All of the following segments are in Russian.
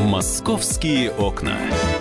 «Московские окна».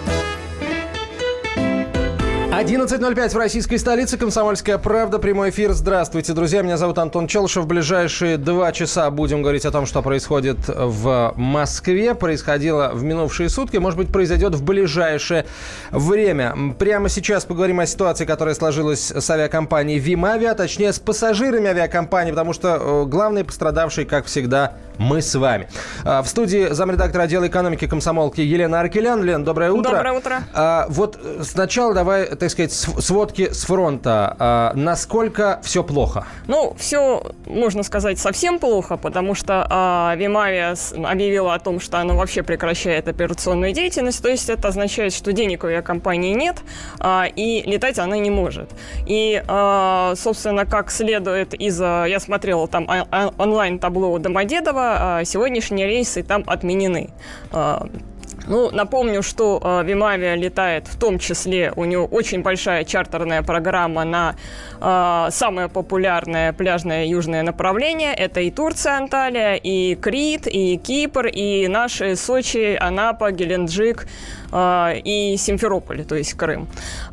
11:05 в российской столице. «Комсомольская правда». Прямой эфир. Здравствуйте, друзья. Меня зовут Антон Челышев. В ближайшие 2 часа будем говорить о том, что происходит в Москве. Происходило в минувшие сутки. Может быть, произойдет в ближайшее время. Прямо сейчас поговорим о ситуации, которая сложилась с авиакомпанией «Вимавиа», точнее, с пассажирами авиакомпании, потому что главные пострадавшие, как всегда, мы с вами. В студии замредактора отдела экономики комсомолки Елена Аркелян. Лен, доброе утро. Доброе утро. Вот сначала давай, так сказать, сводки с фронта. Насколько все плохо? Ну, все, можно сказать, совсем плохо, потому что Вимавиа объявила о том, что она вообще прекращает операционную деятельность. То есть это означает, что денег у авиакомпании нет, и летать она не может. И, собственно, как следует я смотрела там онлайн-табло Домодедово, сегодняшние рейсы там отменены. Ну, напомню, что Вимавиа летает, в том числе, у него очень большая чартерная программа на самое популярное пляжное южное направление. Это и Турция, Анталия, и Крит, и Кипр, и наши Сочи, Анапа, Геленджик и Симферополь, то есть Крым.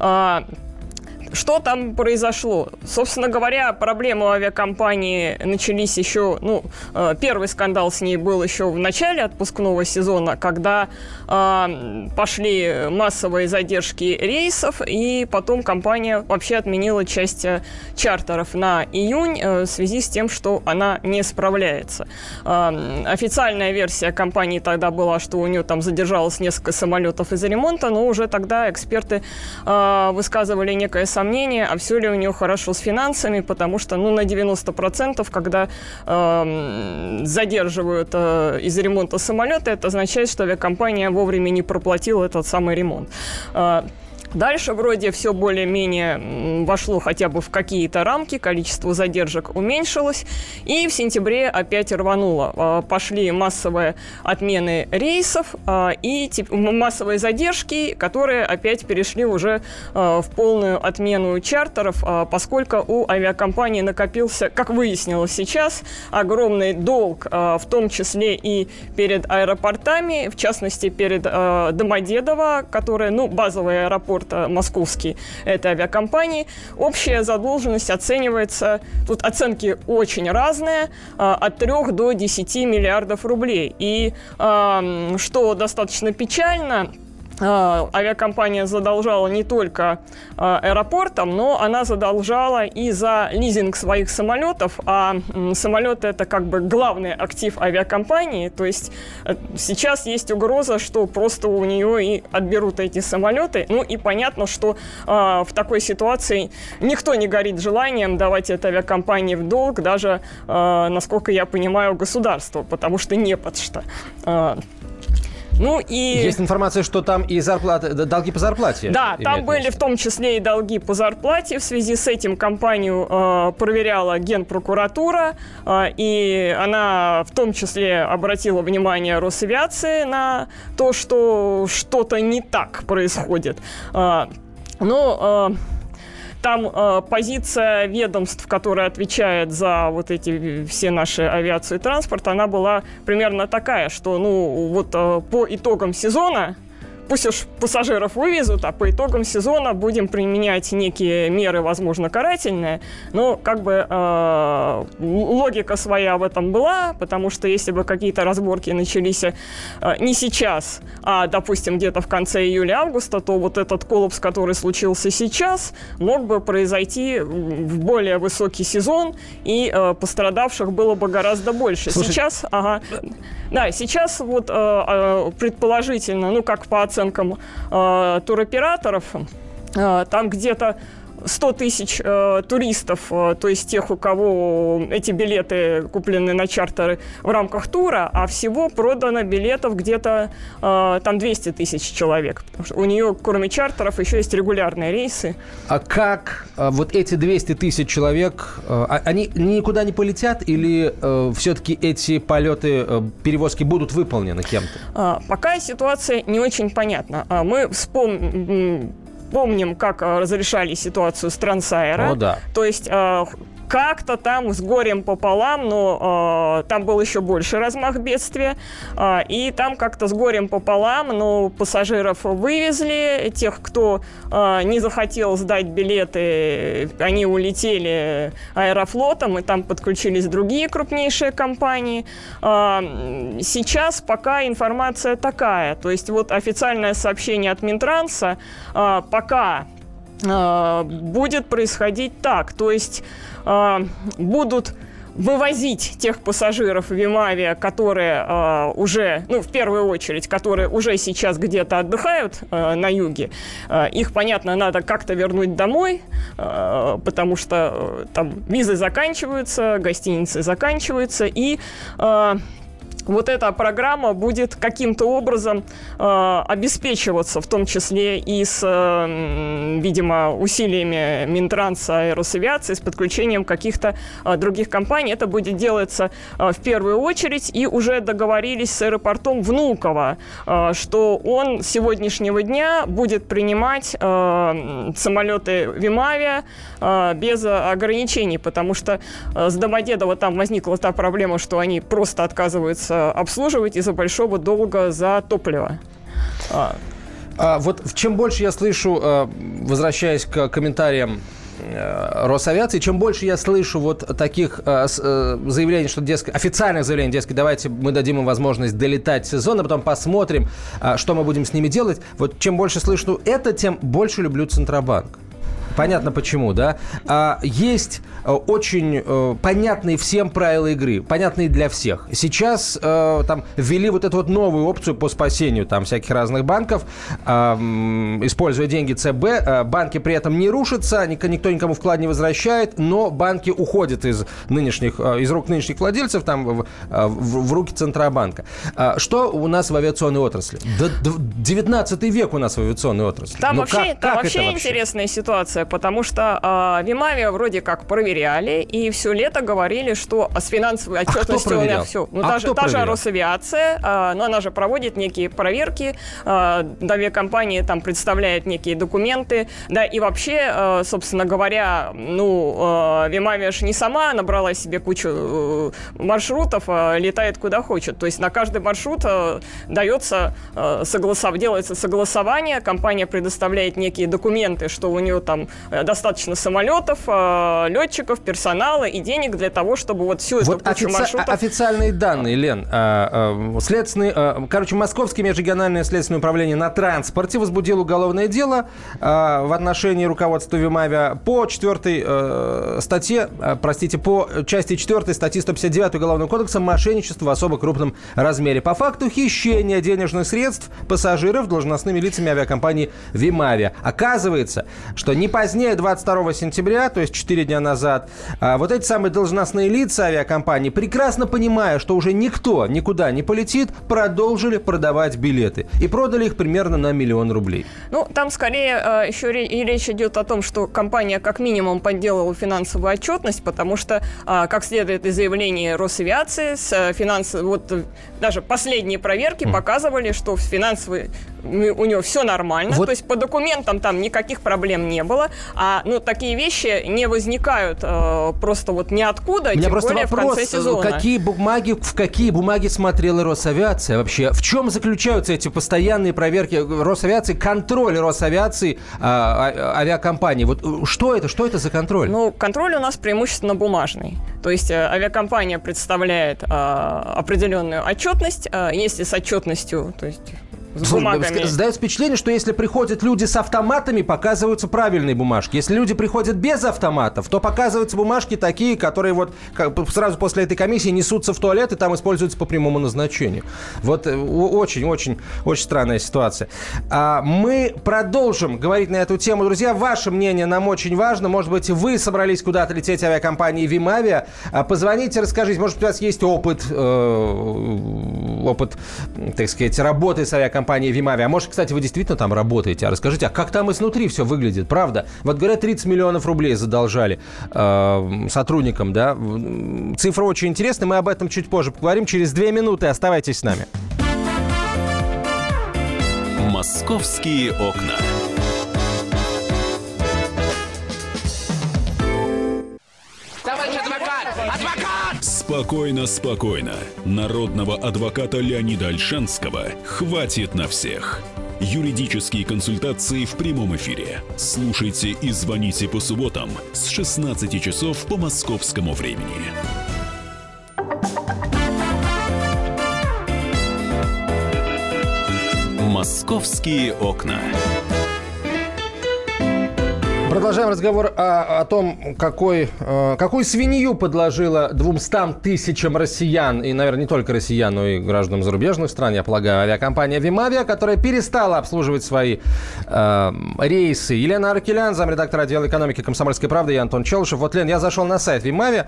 Что там произошло? Собственно говоря, проблемы у авиакомпании начались еще... первый скандал с ней был еще в начале отпускного сезона, когда пошли массовые задержки рейсов, и потом компания вообще отменила часть чартеров на июнь в связи с тем, что она не справляется. Официальная версия компании тогда была, что у нее там задержалось несколько самолетов из-за ремонта, но уже тогда эксперты высказывали некое сомнение, а все ли у нее хорошо с финансами, потому что на 90%, когда задерживают из-за ремонта самолета, это означает, что авиакомпания вовремя не проплатила этот самый ремонт. Дальше вроде все более-менее вошло хотя бы в какие-то рамки, количество задержек уменьшилось, и в сентябре опять рвануло. Пошли массовые отмены рейсов и массовые задержки, которые опять перешли уже в полную отмену чартеров, поскольку у авиакомпании накопился, как выяснилось сейчас, огромный долг, в том числе и перед аэропортами, в частности перед Домодедово, который, базовый аэропорт московский этой авиакомпании. Общая задолженность оценивается, тут оценки очень разные, от 3 до 10 миллиардов рублей. И что достаточно печально, авиакомпания задолжала не только аэропортам, но она задолжала и за лизинг своих самолетов, а самолеты – это как бы главный актив авиакомпании, то есть сейчас есть угроза, что просто у нее и отберут эти самолеты, и понятно, что в такой ситуации никто не горит желанием давать этой авиакомпании в долг, даже, насколько я понимаю, государству, потому что не под что. Есть информация, что там и долги по зарплате. Да, там были в том числе и долги по зарплате. В связи с этим компанию проверяла Генпрокуратура, и она в том числе обратила внимание Росавиации на то, что что-то не так происходит. Там позиция ведомств, которые отвечают за вот эти все наши авиацию и транспорт, она была примерно такая, что по итогам сезона, пусть уж пассажиров вывезут, а по итогам сезона будем применять некие меры, возможно, карательные. Но логика своя в этом была, потому что если бы какие-то разборки начались не сейчас, а, допустим, где-то в конце июля-августа, то вот этот коллапс, который случился сейчас, мог бы произойти в более высокий сезон, и пострадавших было бы гораздо больше. Слушай, сейчас, сейчас предположительно, как по оценкам туроператоров, там где-то 100 тысяч туристов, то есть тех, у кого эти билеты куплены на чартеры в рамках тура, а всего продано билетов где-то там 200 тысяч человек. Потому что у нее, кроме чартеров, еще есть регулярные рейсы. А как вот эти 200 тысяч человек, они никуда не полетят или все-таки эти полеты, перевозки будут выполнены кем-то? Пока ситуация не очень понятна. Мы помним, как разрешали ситуацию с Трансаэро. О, да. То есть как-то там с горем пополам, но там был еще больше размах бедствия, и там как-то с горем пополам, но пассажиров вывезли, тех, кто не захотел сдать билеты, они улетели Аэрофлотом, и там подключились другие крупнейшие компании. Сейчас пока информация такая, то есть вот официальное сообщение от Минтранса пока будет происходить так, то есть будут вывозить тех пассажиров Вимавиа, которые уже, ну, в первую очередь, которые уже сейчас где-то отдыхают на юге. Их, понятно, надо как-то вернуть домой, потому что там визы заканчиваются, гостиницы заканчиваются, и вот эта программа будет каким-то образом обеспечиваться, в том числе и с, видимо, усилиями Минтранса и Росавиации, с подключением каких-то других компаний. Это будет делаться в первую очередь, и уже договорились с аэропортом Внуково, что он с сегодняшнего дня будет принимать самолеты Вимавиа без ограничений, потому что с Домодедово там возникла та проблема, что они просто отказываются обслуживать из-за большого долга за топливо. Вот чем больше я слышу, возвращаясь к комментариям Росавиации, чем больше я слышу вот таких заявлений, что, дескать, официальных заявлений, дескать, давайте мы дадим им возможность долетать в сезон, а потом посмотрим, что мы будем с ними делать. Вот чем больше слышу это, тем больше люблю Центробанк. Понятно почему, да? Есть очень понятные всем правила игры, понятные для всех. Сейчас там ввели вот эту вот новую опцию по спасению там всяких разных банков, используя деньги ЦБ. Банки при этом не рушатся, никто никому вклад не возвращает, но банки уходят из рук нынешних владельцев там, в руки Центробанка. Что у нас в авиационной отрасли? 19 век у нас в авиационной отрасли. Там вообще интересная ситуация, потому что Вимавиа вроде как проверяли, и все лето говорили, что с финансовой отчетностью у нас все. Ну, та же Росавиация, но она же проводит некие проверки, авиакомпания там представляет некие документы, да, и вообще, собственно говоря, Вимавиа же не сама набрала себе кучу маршрутов, летает куда хочет. То есть на каждый маршрут делается согласование, компания предоставляет некие документы, что у нее там достаточно самолетов, летчиков, персонала и денег для того, чтобы вот всю эту кучу маршрутов... Официальные данные, Лен. Московское межрегиональное следственное управление на транспорте возбудило уголовное дело в отношении руководства Вимавиа по части 4 статьи 159 Уголовного кодекса «Мошенничество в особо крупном размере» по факту хищения денежных средств пассажиров должностными лицами авиакомпании Вимавиа. Оказывается, что не позднее 22 сентября, то есть 4 дня назад, вот эти самые должностные лица авиакомпании, прекрасно понимая, что уже никто никуда не полетит, продолжили продавать билеты. И продали их примерно на 1 миллион рублей. Ну, там скорее еще и речь идет о том, что компания как минимум подделала финансовую отчетность, потому что, как следует из заявления Росавиации, даже последние проверки показывали, что в финансовой у него все нормально, то есть по документам там никаких проблем не было, такие вещи не возникают просто вот ниоткуда, тем более в конце сезона. В какие бумаги смотрела Росавиация вообще? В чем заключаются эти постоянные проверки Росавиации, контроль Росавиации авиакомпании? Вот что это за контроль? Ну, контроль у нас преимущественно бумажный. То есть авиакомпания представляет определенную отчетность, если с отчетностью, то есть с бумагами. Сдается впечатление, что если приходят люди с автоматами, показываются правильные бумажки. Если люди приходят без автоматов, то показываются бумажки такие, которые вот сразу после этой комиссии несутся в туалет и там используются по прямому назначению. Вот очень странная ситуация. Мы продолжим говорить на эту тему. Друзья, ваше мнение нам очень важно. Может быть, вы собрались куда-то лететь авиакомпанией Вимавиа. Позвоните, расскажите. Может быть, у вас есть опыт, так сказать, работы с авиакомпанией Вимавиа. А может, кстати, вы действительно там работаете. А расскажите, а как там изнутри все выглядит, правда? Вот говорят, 30 миллионов рублей задолжали сотрудникам, да? Цифра очень интересная, мы об этом чуть позже поговорим. Через 2 минуты оставайтесь с нами. «Московские окна». Спокойно, спокойно. Народного адвоката Леонида Ольшанского хватит на всех. Юридические консультации в прямом эфире. Слушайте и звоните по субботам с 16 часов по московскому времени. «Московские окна». Продолжаем разговор о том, какую свинью подложила 200 тысячам россиян, и, наверное, не только россиян, но и гражданам зарубежных стран, я полагаю, авиакомпания «Вимавиа», которая перестала обслуживать свои рейсы. Елена Аркелян, замредактора отдела экономики «Комсомольской правды», я Антон Челышев. Вот, Лен, я зашел на сайт «Вимавиа».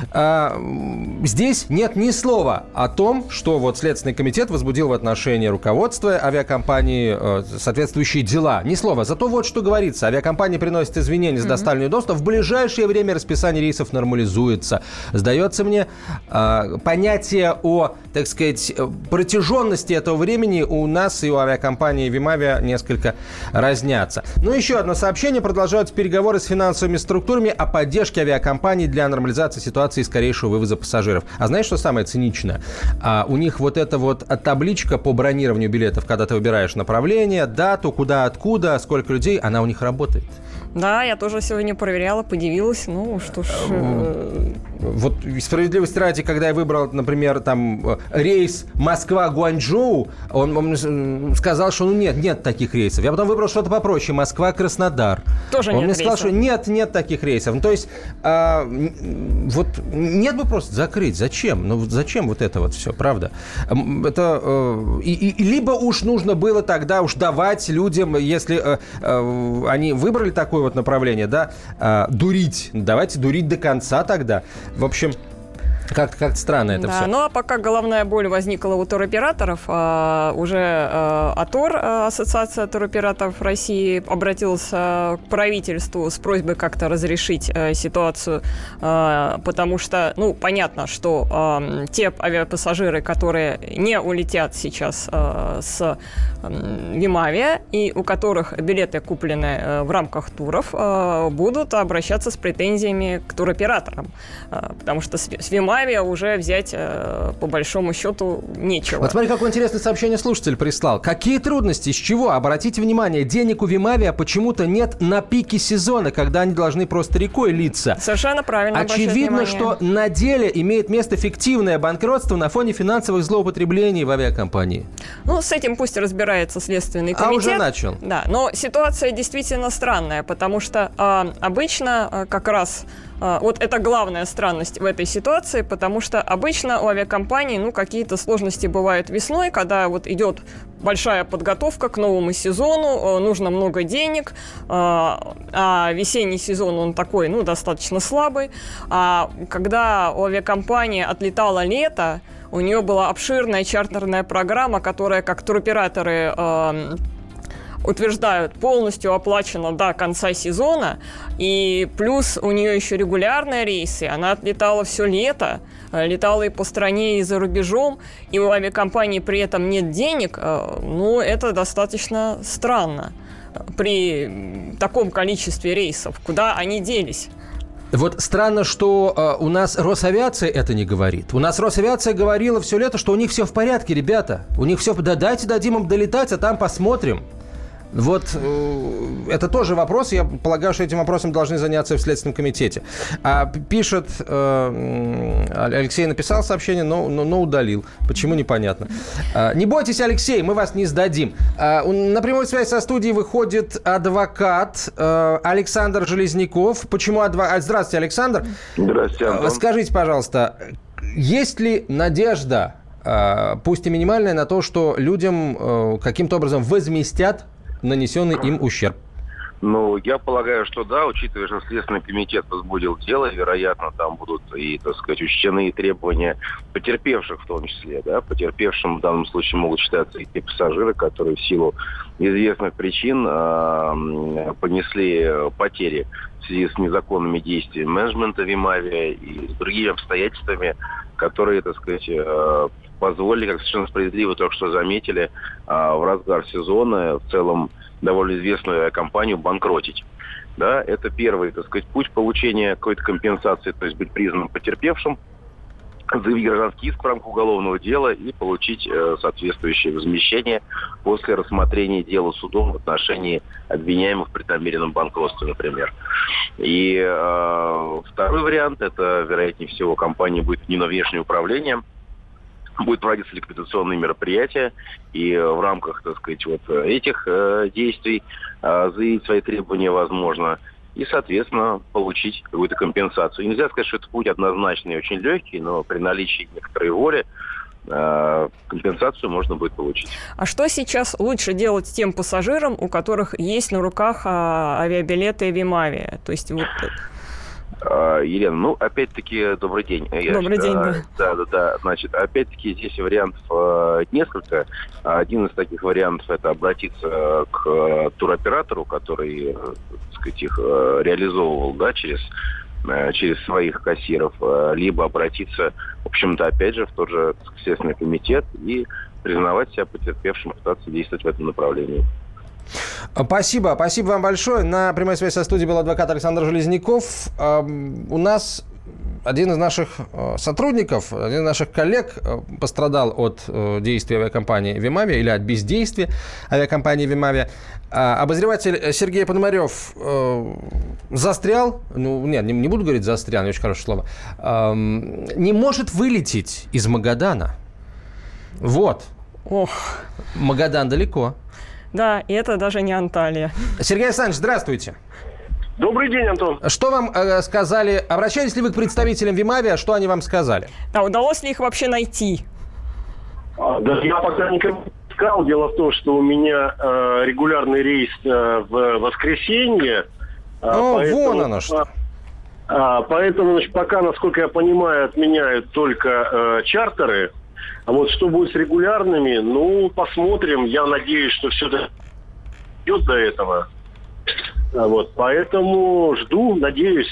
Здесь нет ни слова о том, что вот Следственный комитет возбудил в отношении руководства авиакомпании соответствующие дела. Ни слова. Зато вот что говорится. Авиакомпания приносит извинения за доставленную доступ. В ближайшее время расписание рейсов нормализуется. Сдается мне, понятие о, так сказать, протяженности этого времени у нас и у авиакомпании «Вимавиа» несколько разнятся. Ну, еще одно сообщение. Продолжаются переговоры с финансовыми структурами о поддержке авиакомпаний для нормализации ситуации и скорейшего вывоза пассажиров. А знаешь, что самое циничное? У них вот эта вот табличка по бронированию билетов, когда ты выбираешь направление, дату, куда, откуда, сколько людей, она у них работает. Да, я тоже сегодня проверяла, подивилась. Ну, что ж... Вот справедливости ради, когда я выбрал, например, там рейс Москва-Гуанчжоу, он сказал, что нет таких рейсов. Я потом выбрал что-то попроще. Москва-Краснодар. Тоже он нет мне сказал, рейсов. что нет таких рейсов. Ну, то есть, вот нет бы просто закрыть. Зачем? Ну, зачем вот это вот все, правда? Это либо уж нужно было тогда уж давать людям, если они выбрали такое вот направление, да, дурить. Давайте дурить до конца тогда. В общем, как-то странно это все. Ну, а пока головная боль возникла у туроператоров, уже АТОР, Ассоциация туроператоров России, обратился к правительству с просьбой как-то разрешить ситуацию, потому что, ну, понятно, что те авиапассажиры, которые не улетят сейчас с Вимавиа и у которых билеты куплены в рамках туров, будут обращаться с претензиями к туроператорам, потому что с Вимавиа уже взять, по большому счету, нечего. Вот смотри, какое интересное сообщение слушатель прислал. Какие трудности? С чего? Обратите внимание, денег у Вимавиа почему-то нет на пике сезона, когда они должны просто рекой литься. Совершенно правильно. Очевидно, что на деле имеет место фиктивное банкротство на фоне финансовых злоупотреблений в авиакомпании. Ну, с этим пусть разбирается Следственный комитет. А уже начал. Да, но ситуация действительно странная, потому что обычно как раз... Вот это главная странность в этой ситуации, потому что обычно у авиакомпаний, ну, какие-то сложности бывают весной, когда вот идет большая подготовка к новому сезону, нужно много денег, а весенний сезон, он такой, ну, достаточно слабый. А когда у авиакомпании отлетало лето, у нее была обширная чартерная программа, которая, как туроператоры утверждают, полностью оплачена до конца сезона, и плюс у нее еще регулярные рейсы, она отлетала все лето, летала и по стране, и за рубежом, и у авиакомпании при этом нет денег, ну, это достаточно странно при таком количестве рейсов. Куда они делись? Вот странно, что у нас Росавиация это не говорит. У нас Росавиация говорила все лето, что у них все в порядке, ребята. У них все... Да дайте дадим им долетать, а там посмотрим. Вот это тоже вопрос. Я полагаю, что этим вопросом должны заняться в Следственном комитете. Пишет, Алексей написал сообщение, но удалил. Почему, непонятно. Не бойтесь, Алексей, мы вас не сдадим. На прямой связи со студией выходит адвокат Александр Железняков. Почему адвокат? Здравствуйте, Александр. Здравствуйте, Антон. Скажите, пожалуйста, есть ли надежда, пусть и минимальная, на то, что людям каким-то образом возместят нанесенный им ущерб? Ну, я полагаю, что да, учитывая, что Следственный комитет возбудил дело, вероятно, там будут и, так сказать, учтены требования потерпевших в том числе, да, потерпевшим в данном случае могут считаться и те пассажиры, которые в силу известных причин понесли потери в связи с незаконными действиями менеджмента Вимавиа и с другими обстоятельствами, которые, так сказать, позволили, как совершенно справедливо только что заметили, в разгар сезона в целом довольно известную авиакомпанию банкротить. Да, это первый, так сказать, путь получения какой-то компенсации, то есть быть признанным потерпевшим. заявить гражданский иск в рамках уголовного дела и получить соответствующее возмещение после рассмотрения дела судом в отношении обвиняемых в преднамеренном банкротстве, например. И второй вариант, это, вероятнее всего, компания будет вне внешнее управление, будет проводиться ликвидационные мероприятия, и в рамках, так сказать, вот этих действий заявить свои требования возможно, и, соответственно, получить какую-то компенсацию. И нельзя сказать, что это путь однозначный и очень легкий, но при наличии некоторой воли компенсацию можно будет получить. А что сейчас лучше делать тем пассажирам, у которых есть на руках авиабилеты Вимавия? То есть вот... Елена, ну, опять-таки, добрый день. Добрый день, да. Да. Значит, опять-таки, здесь вариантов несколько. Один из таких вариантов – это обратиться к туроператору, который, так сказать, их реализовывал, да, через своих кассиров, либо обратиться, в общем-то, опять же, в тот же Следственный комитет и признавать себя потерпевшим, пытаться действовать в этом направлении. Спасибо вам большое. На прямой связи со студией был адвокат Александр Железняков. У нас один из наших сотрудников, один из наших коллег пострадал от действий авиакомпании «Вимавия» или от бездействия авиакомпании «Вимавия». Обозреватель Сергей Пономарев застрял, не буду говорить застрял, не очень хорошее слово, не может вылететь из Магадана. Вот. Ох. Магадан далеко. Да, и это даже не Анталия. Сергей Александрович, здравствуйте. Добрый день, Антон. Что вам сказали? Обращались ли вы к представителям Вимавия? Что они вам сказали? А удалось ли их вообще найти? Да, я пока никого не искал. Дело в том, что у меня регулярный рейс в воскресенье. Вон оно что. Поэтому, значит, пока, насколько я понимаю, отменяют только чартеры. А вот что будет с регулярными, ну, посмотрим. Я надеюсь, что все дойдет до этого. Вот, поэтому жду, надеюсь.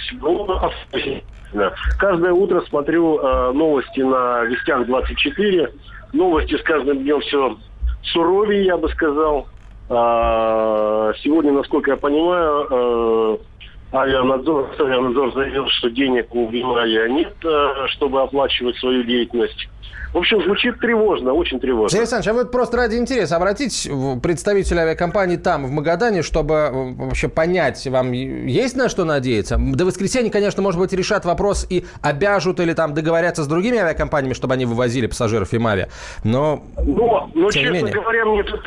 Каждое утро смотрю новости на Вестях 24. Новости с каждым днем все суровее, я бы сказал. Сегодня, насколько я понимаю, авианадзор заявил, что денег у Вимавия нет, чтобы оплачивать свою деятельность. В общем, звучит тревожно, очень тревожно. Сергей Александрович, а вы просто ради интереса обратитесь к представителю авиакомпании там, в Магадане, чтобы вообще понять, вам есть на что надеяться? До воскресенья, конечно, может быть, решат вопрос и обяжут или там договорятся с другими авиакомпаниями, чтобы они вывозили пассажиров Вимавия. Но честно говоря, мне тут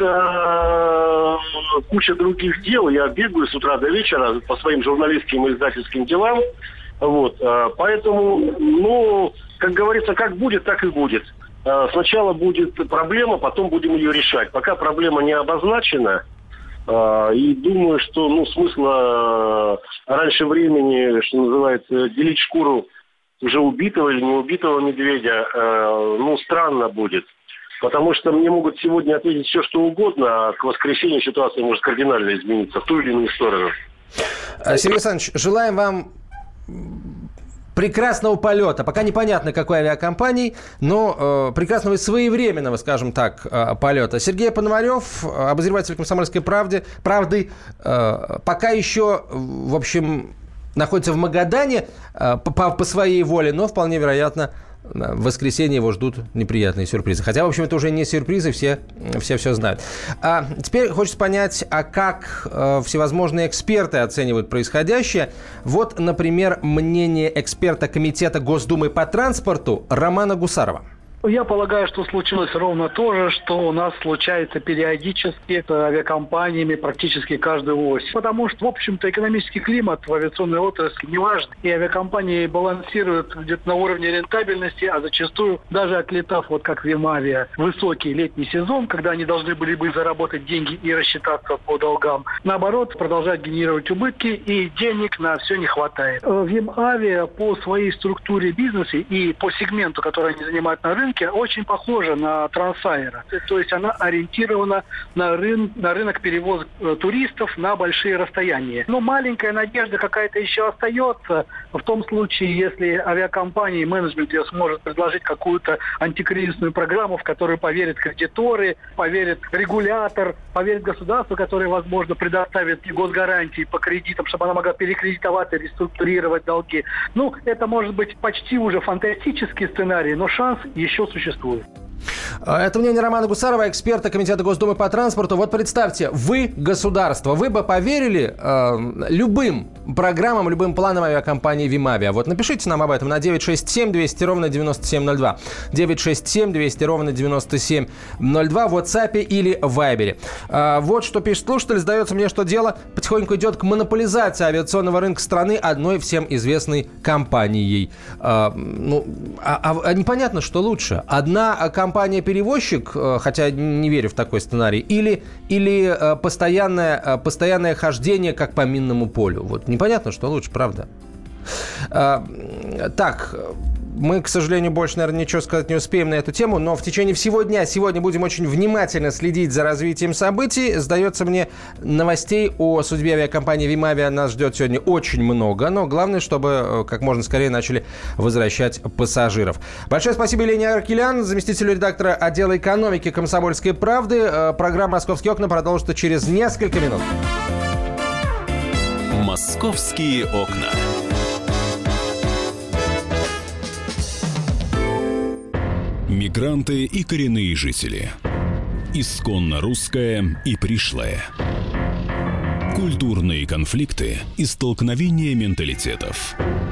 куча других дел. Я бегаю с утра до вечера по своим журналистским и издательским делам. Вот, поэтому, как говорится, как будет, так и будет. Сначала будет проблема, потом будем ее решать. Пока проблема не обозначена, и думаю, что, смысла раньше времени, что называется, делить шкуру уже убитого или не убитого медведя, странно будет. Потому что мне могут сегодня ответить все, что угодно, а к воскресенью ситуация может кардинально измениться в ту или иную сторону. Сергей Александрович, желаем вам прекрасного полета. Пока непонятно, какой авиакомпании, но прекрасного и своевременного, скажем так, полета. Сергей Пономарев, обозреватель «Комсомольской правды», пока еще, в общем, находится в Магадане по своей воле, но вполне вероятно, в воскресенье его ждут неприятные сюрпризы. Хотя, в общем, это уже не сюрпризы, все знают. А теперь хочется понять, как всевозможные эксперты оценивают происходящее. Вот, например, мнение эксперта Комитета Госдумы по транспорту Романа Гусарова. Я полагаю, что случилось ровно то же, что у нас случается периодически с авиакомпаниями практически каждую осень. Потому что, в общем-то, экономический климат в авиационной отрасли не важен. И авиакомпании балансируют где-то на уровне рентабельности, а зачастую, даже отлетав, вот как Вимавия, высокий летний сезон, когда они должны были бы заработать деньги и рассчитаться по долгам, наоборот, продолжают генерировать убытки, и денег на все не хватает. Вимавия по своей структуре бизнеса и по сегменту, который они занимают на рынке, рынке очень похожа на Трансаэро. То есть она ориентирована на рынок перевоза туристов на большие расстояния. Но маленькая надежда какая-то еще остается в том случае, если авиакомпании, менеджмент ее сможет предложить какую-то антикризисную программу, в которую поверят кредиторы, поверит регулятор, поверит государство, которое, возможно, предоставит госгарантии по кредитам, чтобы она могла перекредитовать и реструктурировать долги. Ну, это может быть почти уже фантастический сценарий, но шанс еще существует. Это мнение Романа Гусарова, эксперта Комитета Госдумы по транспорту. Вот представьте, вы, государство, вы бы поверили любым программам, любым планам авиакомпании «Вимавиа»? Вот напишите нам об этом на 967-200-97-02. 967-200-97-02 в WhatsApp или Вайбере. Вот что пишет слушатель. Сдается мне, что дело потихоньку идет к монополизации авиационного рынка страны одной всем известной компанией. Непонятно, что лучше. Одна компания-перевозчик, хотя не верю в такой сценарий, или постоянное хождение как по минному полю. Вот непонятно, что лучше, правда. Так, мы, к сожалению, больше, наверное, ничего сказать не успеем на эту тему, но в течение всего дня сегодня будем очень внимательно следить за развитием событий. Сдается мне, новостей о судьбе авиакомпании «Вимавиа» нас ждет сегодня очень много, но главное, чтобы как можно скорее начали возвращать пассажиров. Большое спасибо Елене Аркелян, заместителю редактора отдела экономики «Комсомольской правды». Программа «Московские окна» продолжится через несколько минут. «Московские окна». Мигранты и коренные жители. Исконно русское и пришлое. Культурные конфликты и столкновения менталитетов.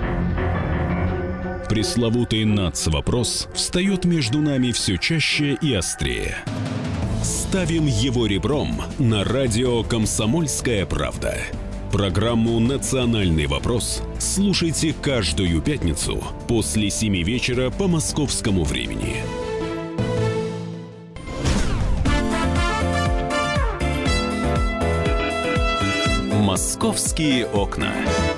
Пресловутый НАЦ-вопрос встает между нами все чаще и острее. Ставим его ребром на радио «Комсомольская правда». Программу «Национальный вопрос» слушайте каждую пятницу после 7 вечера по московскому времени. «Московские окна».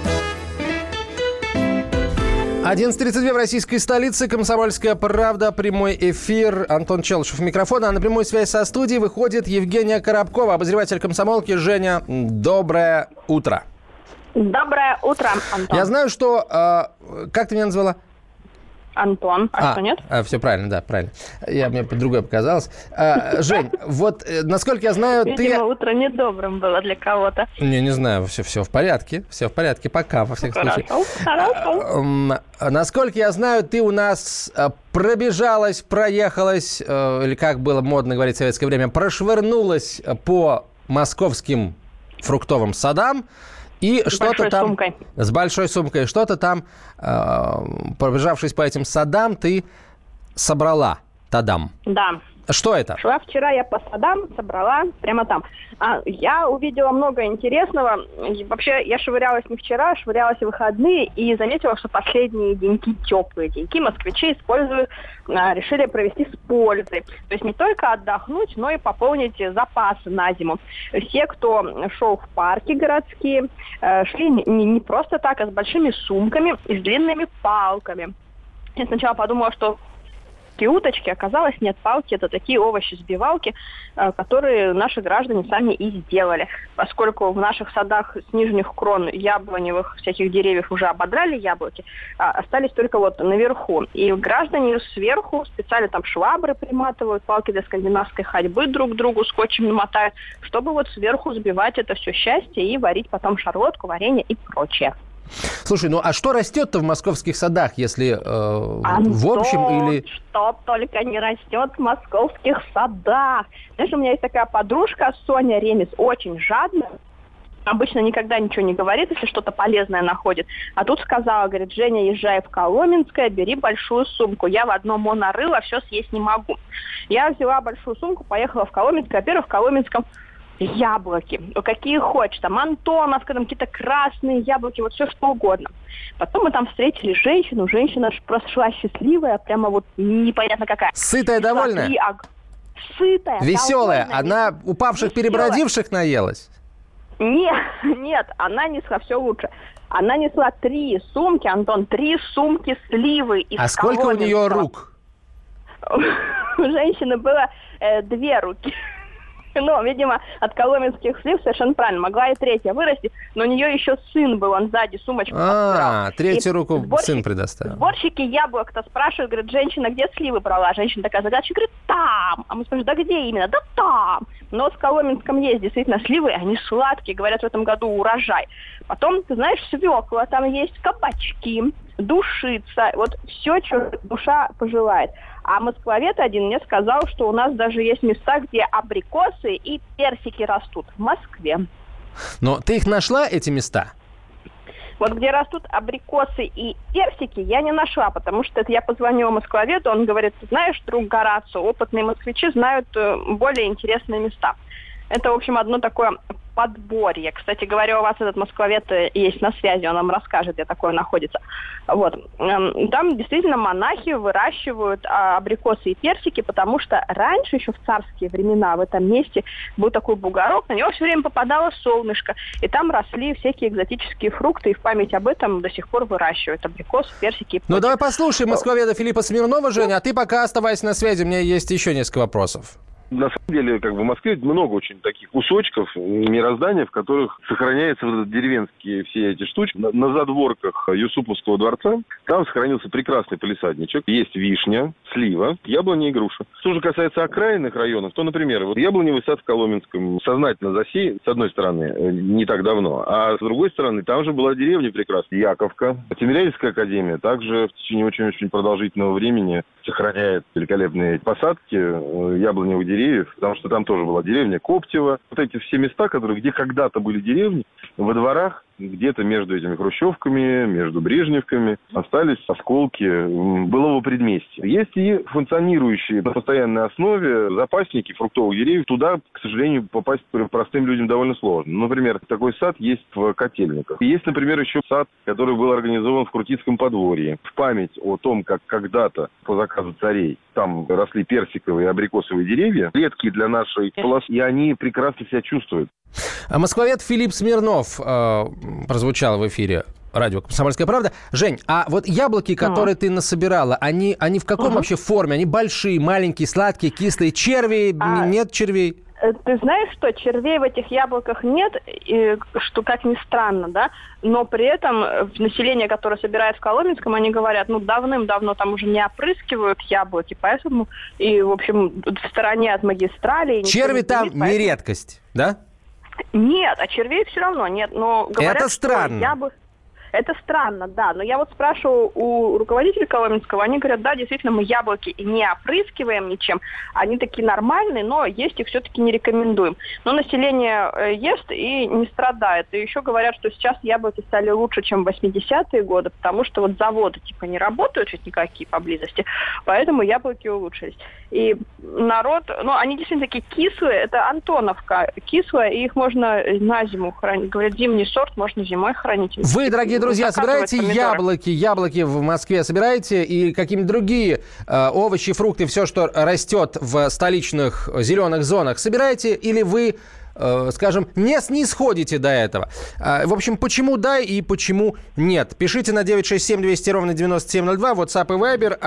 11:32 в российской столице. «Комсомольская правда». Прямой эфир. Антон Челышев микрофон. А на прямую связь со студией выходит Евгения Коробкова, обозреватель «Комсомолки». Женя, доброе утро. Доброе утро, Антон. Я знаю, что... как ты меня назвала? Антон. Что, нет? Все правильно, да, правильно. Мне другое показалось. Жень, вот, насколько я знаю, Видимо, утро недобрым было для кого-то. Не знаю, все в порядке. Все в порядке, пока, во всяком случае. Хорошо. Насколько я знаю, ты у нас пробежалась, проехалась, или как было модно говорить в советское время, прошвырнулась по московским фруктовым садам. И что-то там... сумкой. С большой сумкой. Что-то там, пробежавшись по этим садам, ты собрала. Тадам. Да. Что это? Шла вчера я по садам, собрала прямо там. Я увидела много интересного. И вообще, я швырялась не вчера, швырялась в выходные и заметила, что последние деньки, теплые деньки, москвичи используют, решили провести с пользой. То есть не только отдохнуть, но и пополнить запасы на зиму. Все, кто шел в парки городские, шли не просто так, а с большими сумками и с длинными палками. Я сначала подумала, что уточки, оказалось, нет, палки, это такие овощи-сбивалки, которые наши граждане сами и сделали. Поскольку в наших садах с нижних крон яблоневых всяких деревьев уже ободрали яблоки, остались только вот наверху. И граждане сверху специально там швабры приматывают, палки для скандинавской ходьбы друг к другу скотчем намотают, чтобы вот сверху сбивать это все счастье и варить потом шарлотку, варенье и прочее. Слушай, а что растет-то в московских садах, если в общем или... Что только не растет в московских садах. Знаешь, у меня есть такая подружка, Соня Ремес, очень жадная. Обычно никогда ничего не говорит, если что-то полезное находит. А тут сказала, говорит, Женя, езжай в Коломенское, бери большую сумку. Я в одно монорыло все съесть не могу. Я взяла большую сумку, поехала в Коломенское. Во-первых, в Коломенском яблоки, какие хочешь, там Антоновка, там какие-то красные яблоки, вот все что угодно. Потом мы там встретили женщину, женщина просто шла счастливая, прямо вот непонятно какая. Сытая, довольная? Сытая, веселая, довольная. Она упавших, перебродивших наелась? Нет, она несла все лучше. Она несла 3 сумки, Антон, 3 сумки сливы из А сколько у нее рук? у женщины было 2 руки. Ну, видимо, от коломенских слив совершенно правильно. Могла и 3-я вырасти, но у нее еще сын был, он сзади сумочку подбирал. 3-ю руку сын предоставил. Сборщики яблок-то спрашивают, говорят, женщина, где сливы брала? Женщина такая загадочная, говорит, там. А мы спрашиваем, да где именно? Да там. Но в Коломенском есть действительно сливы, они сладкие, говорят, в этом году урожай. Потом, ты знаешь, свекла, там есть кабачки, душица, вот все, что душа пожелает. А москвовед один мне сказал, что у нас даже есть места, где абрикосы и персики растут. В Москве. Но ты их нашла, эти места? Вот где растут абрикосы и персики, я не нашла, потому что это я позвонила москвоведу, он говорит, ты знаешь, друг Горацио, опытные москвичи знают более интересные места. Это, в общем, одно такое подборье. Кстати говоря, у вас этот москвовед есть на связи, он вам расскажет, где такое находится. Вот. Там действительно монахи выращивают абрикосы и персики, потому что раньше, еще в царские времена, в этом месте был такой бугорок, на него все время попадало солнышко, и там росли всякие экзотические фрукты, и в память об этом до сих пор выращивают абрикосы, персики. Ну, давай послушаем москвоведа Филиппа Смирнова, Женя, а ты пока оставайся на связи, у меня есть еще несколько вопросов. На самом деле, в Москве много очень таких кусочков мироздания, в которых сохраняются вот деревенские все эти штучки. На задворках Юсуповского дворца там сохранился прекрасный палисадничек. Есть вишня, слива, яблоня и груша. Что же касается окраинных районов, то, например, вот яблоневый сад в Коломенском сознательно засеян, с одной стороны, не так давно, а с другой стороны, там же была деревня прекрасная, Яковка. Тимирязевская академия также в течение очень-очень продолжительного времени сохраняет великолепные посадки яблоневых деревьев, потому что там тоже была деревня Коптево. Вот эти все места, где когда-то были деревни, во дворах, где-то между этими хрущевками, между брежневками остались осколки былого предместья. Есть и функционирующие на постоянной основе запасники фруктовых деревьев. Туда, к сожалению, попасть простым людям довольно сложно. Например, такой сад есть в Котельниках. Есть, например, еще сад, который был организован в Крутицком подворье. В память о том, как когда-то по заказу царей там росли персиковые и абрикосовые деревья, редкие для нашей полосы, и они прекрасно себя чувствуют. Москвовед Филипп Смирнов прозвучал в эфире радио «Комсомольская правда». Жень, а вот яблоки, которые ты насобирала, они в каком вообще форме? Они большие, маленькие, сладкие, кислые, черви, нет червей? Ты знаешь, что червей в этих яблоках нет, и, что как ни странно, да, но при этом население, которое собирает в Коломенском, они говорят, давным-давно там уже не опрыскивают яблоки, поэтому, и, в общем, в стороне от магистрали... Черви там поэтому... не редкость, да? Нет, а червей все равно нет, но говорят, это странно. Это странно, да. Но я вот спрашиваю у руководителей Коломенского, они говорят, да, действительно, мы яблоки не опрыскиваем ничем. Они такие нормальные, но есть их все-таки не рекомендуем. Но население ест и не страдает. И еще говорят, что сейчас яблоки стали лучше, чем в 80-е годы, потому что вот заводы типа не работают чуть никакие поблизости, поэтому яблоки улучшились. И народ, они действительно такие кислые, это Антоновка кислая, и их можно на зиму хранить. Говорят, зимний сорт можно зимой хранить. Вы, дорогие друзья, собираете яблоки в Москве собираете и какие-нибудь другие овощи, фрукты, все, что растет в столичных зеленых зонах, собираете или вы, скажем, не снисходите до этого? В общем, почему да и почему нет? Пишите на 967-200-97-02, WhatsApp и Viber.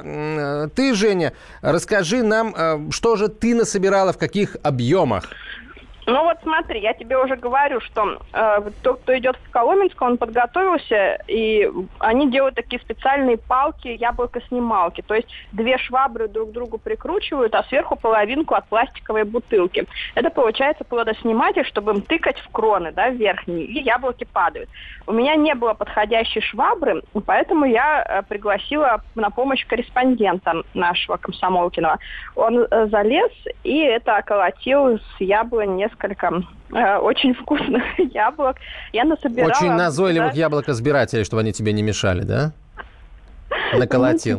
А ты, Женя, расскажи нам, что же ты насобирала, в каких объемах? Ну вот смотри, я тебе уже говорю, что тот, кто идет в Коломенск, он подготовился, и они делают такие специальные палки, яблокоснималки. То есть 2 швабры друг к другу прикручивают, а сверху половинку от пластиковой бутылки. Это получается плодосниматель, чтобы им тыкать в кроны, да, верхние, и яблоки падают. У меня не было подходящей швабры, поэтому я пригласила на помощь корреспондента нашего Комсомолкиного. Он залез и это околотил с яблонь несколько очень вкусных яблок. Я насобирала... Очень назойливых яблокосбирателей, чтобы они тебе не мешали, да? Наколотил.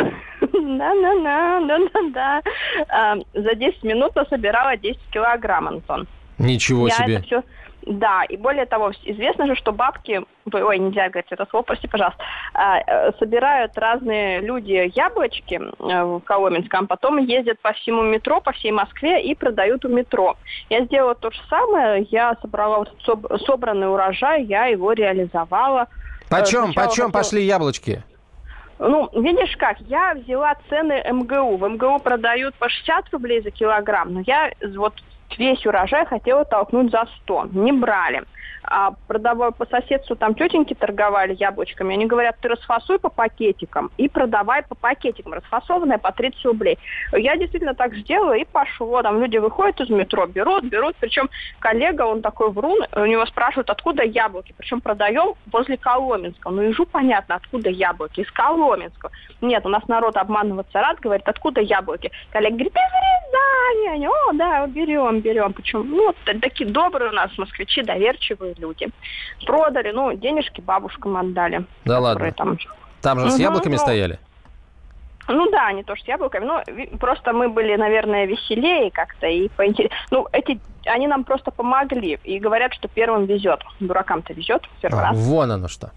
Да. За 10 минут насобирала 10 килограмм, Антон. Ничего себе. Да, и более того, известно же, что бабки, нельзя говорить это слово, прости, пожалуйста, собирают разные люди яблочки в Коломенском, потом ездят по всему метро, по всей Москве и продают у метро. Я сделала то же самое, я собрала собранный урожай, я его реализовала. Почем пошли яблочки? Ну, видишь как, я взяла цены МГУ. В МГУ продают по 60 рублей за килограмм, но я вот весь урожай хотела толкнуть за 100. Не брали. А продавая по соседству, там тетеньки торговали яблочками. Они говорят, ты расфасуй по пакетикам и продавай по пакетикам. Расфасованное по 30 рублей. Я действительно так сделала и пошло. Там люди выходят из метро, берут. Причем коллега, он такой врун, у него спрашивают, откуда яблоки. Причем продаем возле Коломенского. Ну, ежу понятно, откуда яблоки. Из Коломенского. Нет, у нас народ обманываться рад, говорит, откуда яблоки. Коллега говорит, из Рязани. О, да, берем. Причем, ну, вот такие добрые у нас москвичи, доверчивые люди. Продали, ну, денежки бабушкам отдали. Да ладно? Там же с яблоками стояли? Ну да, не то, что с яблоками. Ну, просто мы были, наверное, веселее как-то и поинтереснее. Ну, они нам просто помогли. И говорят, что первым везет. Дуракам-то везет в первый раз. Вон оно что.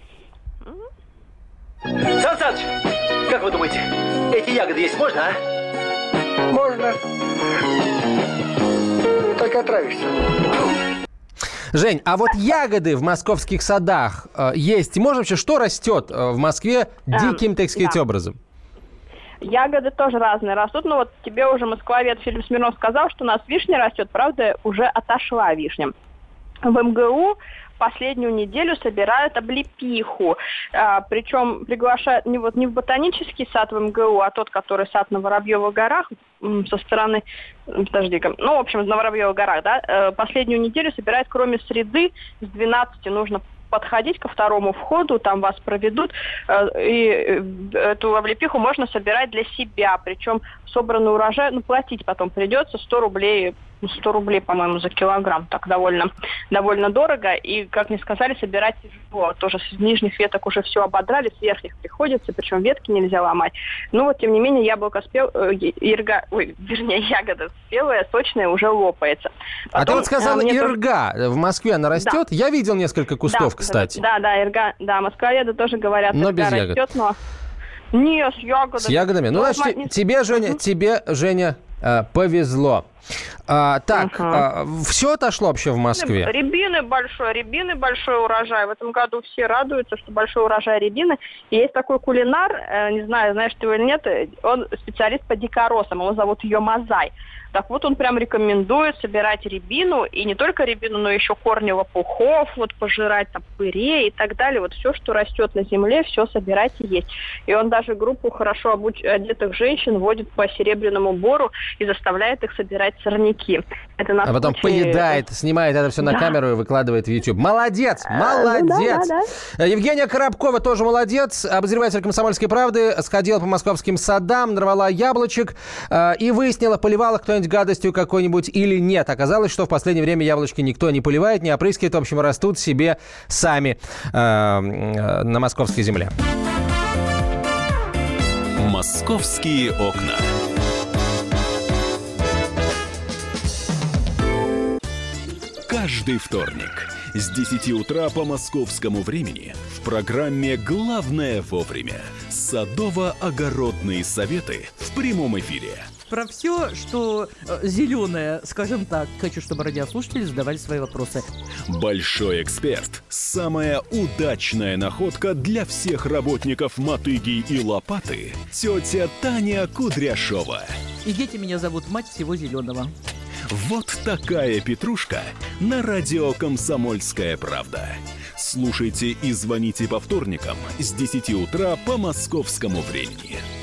Сан Саныч, как вы думаете, эти ягоды есть можно, а? Можно. Только отравишься. Жень, а вот ягоды в московских садах есть? Можно вообще, что растет в Москве диким, так сказать, образом? Ягоды тоже разные растут. Ну вот тебе уже москвовед Филипп Смирнов сказал, что у нас вишня растет. Правда, уже отошла вишня. В МГУ последнюю неделю собирают облепиху. Причем приглашают не в ботанический сад в МГУ, а тот, который сад на Воробьевых горах со стороны... Подожди-ка. Ну, в общем, на Воробьевых горах, да. Последнюю неделю собирают, кроме среды, с 12 нужно подходить ко второму входу, там вас проведут, и эту облепиху можно собирать для себя, причем собранный урожай, ну, платить потом придется 100 рублей, по-моему, за килограмм, так довольно дорого, и, как мне сказали, собирать тяжело, тоже с нижних веток уже все ободрали, с верхних приходится, причем ветки нельзя ломать, ну, вот, тем не менее, ягода спелая, сочная, уже лопается. Потом, а ты вот сказала, ирга в Москве, она растет? Да. Я видел несколько кустов, кстати. Да, ирга, да, москвоведы тоже говорят, но без ягод. Растет, но... Нет, с ягодами. С ягодами? Ну, значит, тебе, Женя, повезло. Все отошло вообще в Москве? Рябины большой урожай. В этом году все радуются, что большой урожай рябины. И есть такой кулинар, не знаю, знаешь ты его или нет, он специалист по дикоросам, его зовут Йомазай. Так вот, он прям рекомендует собирать рябину, и не только рябину, но еще корни лопухов, вот пожирать там пырей и так далее. Вот все, что растет на земле, все собирать и есть. И он даже группу хорошо одетых женщин водит по Серебряному Бору и заставляет их собирать сорняки. Это а потом поедает, снимает это все на камеру и выкладывает в YouTube. Молодец! Да. Евгения Коробкова тоже молодец. Обозреватель «Комсомольской правды» сходила по московским садам, нарвала яблочек и выяснила, поливала кто-нибудь гадостью какой-нибудь или нет. Оказалось, что в последнее время яблочки никто не поливает, не опрыскивает. В общем, растут себе сами на московской земле. «Московские окна». Каждый вторник с 10 утра по московскому времени в программе «Главное вовремя» садово-огородные советы в прямом эфире. Про все, что зеленое, скажем так. Хочу, чтобы радиослушатели задавали свои вопросы. Большой эксперт. Самая удачная находка для всех работников мотыги и лопаты. Тетя Таня Кудряшова. И дети меня зовут мать всего зеленого. Вот такая петрушка на радио «Комсомольская правда». Слушайте и звоните по вторникам с 10 утра по московскому времени.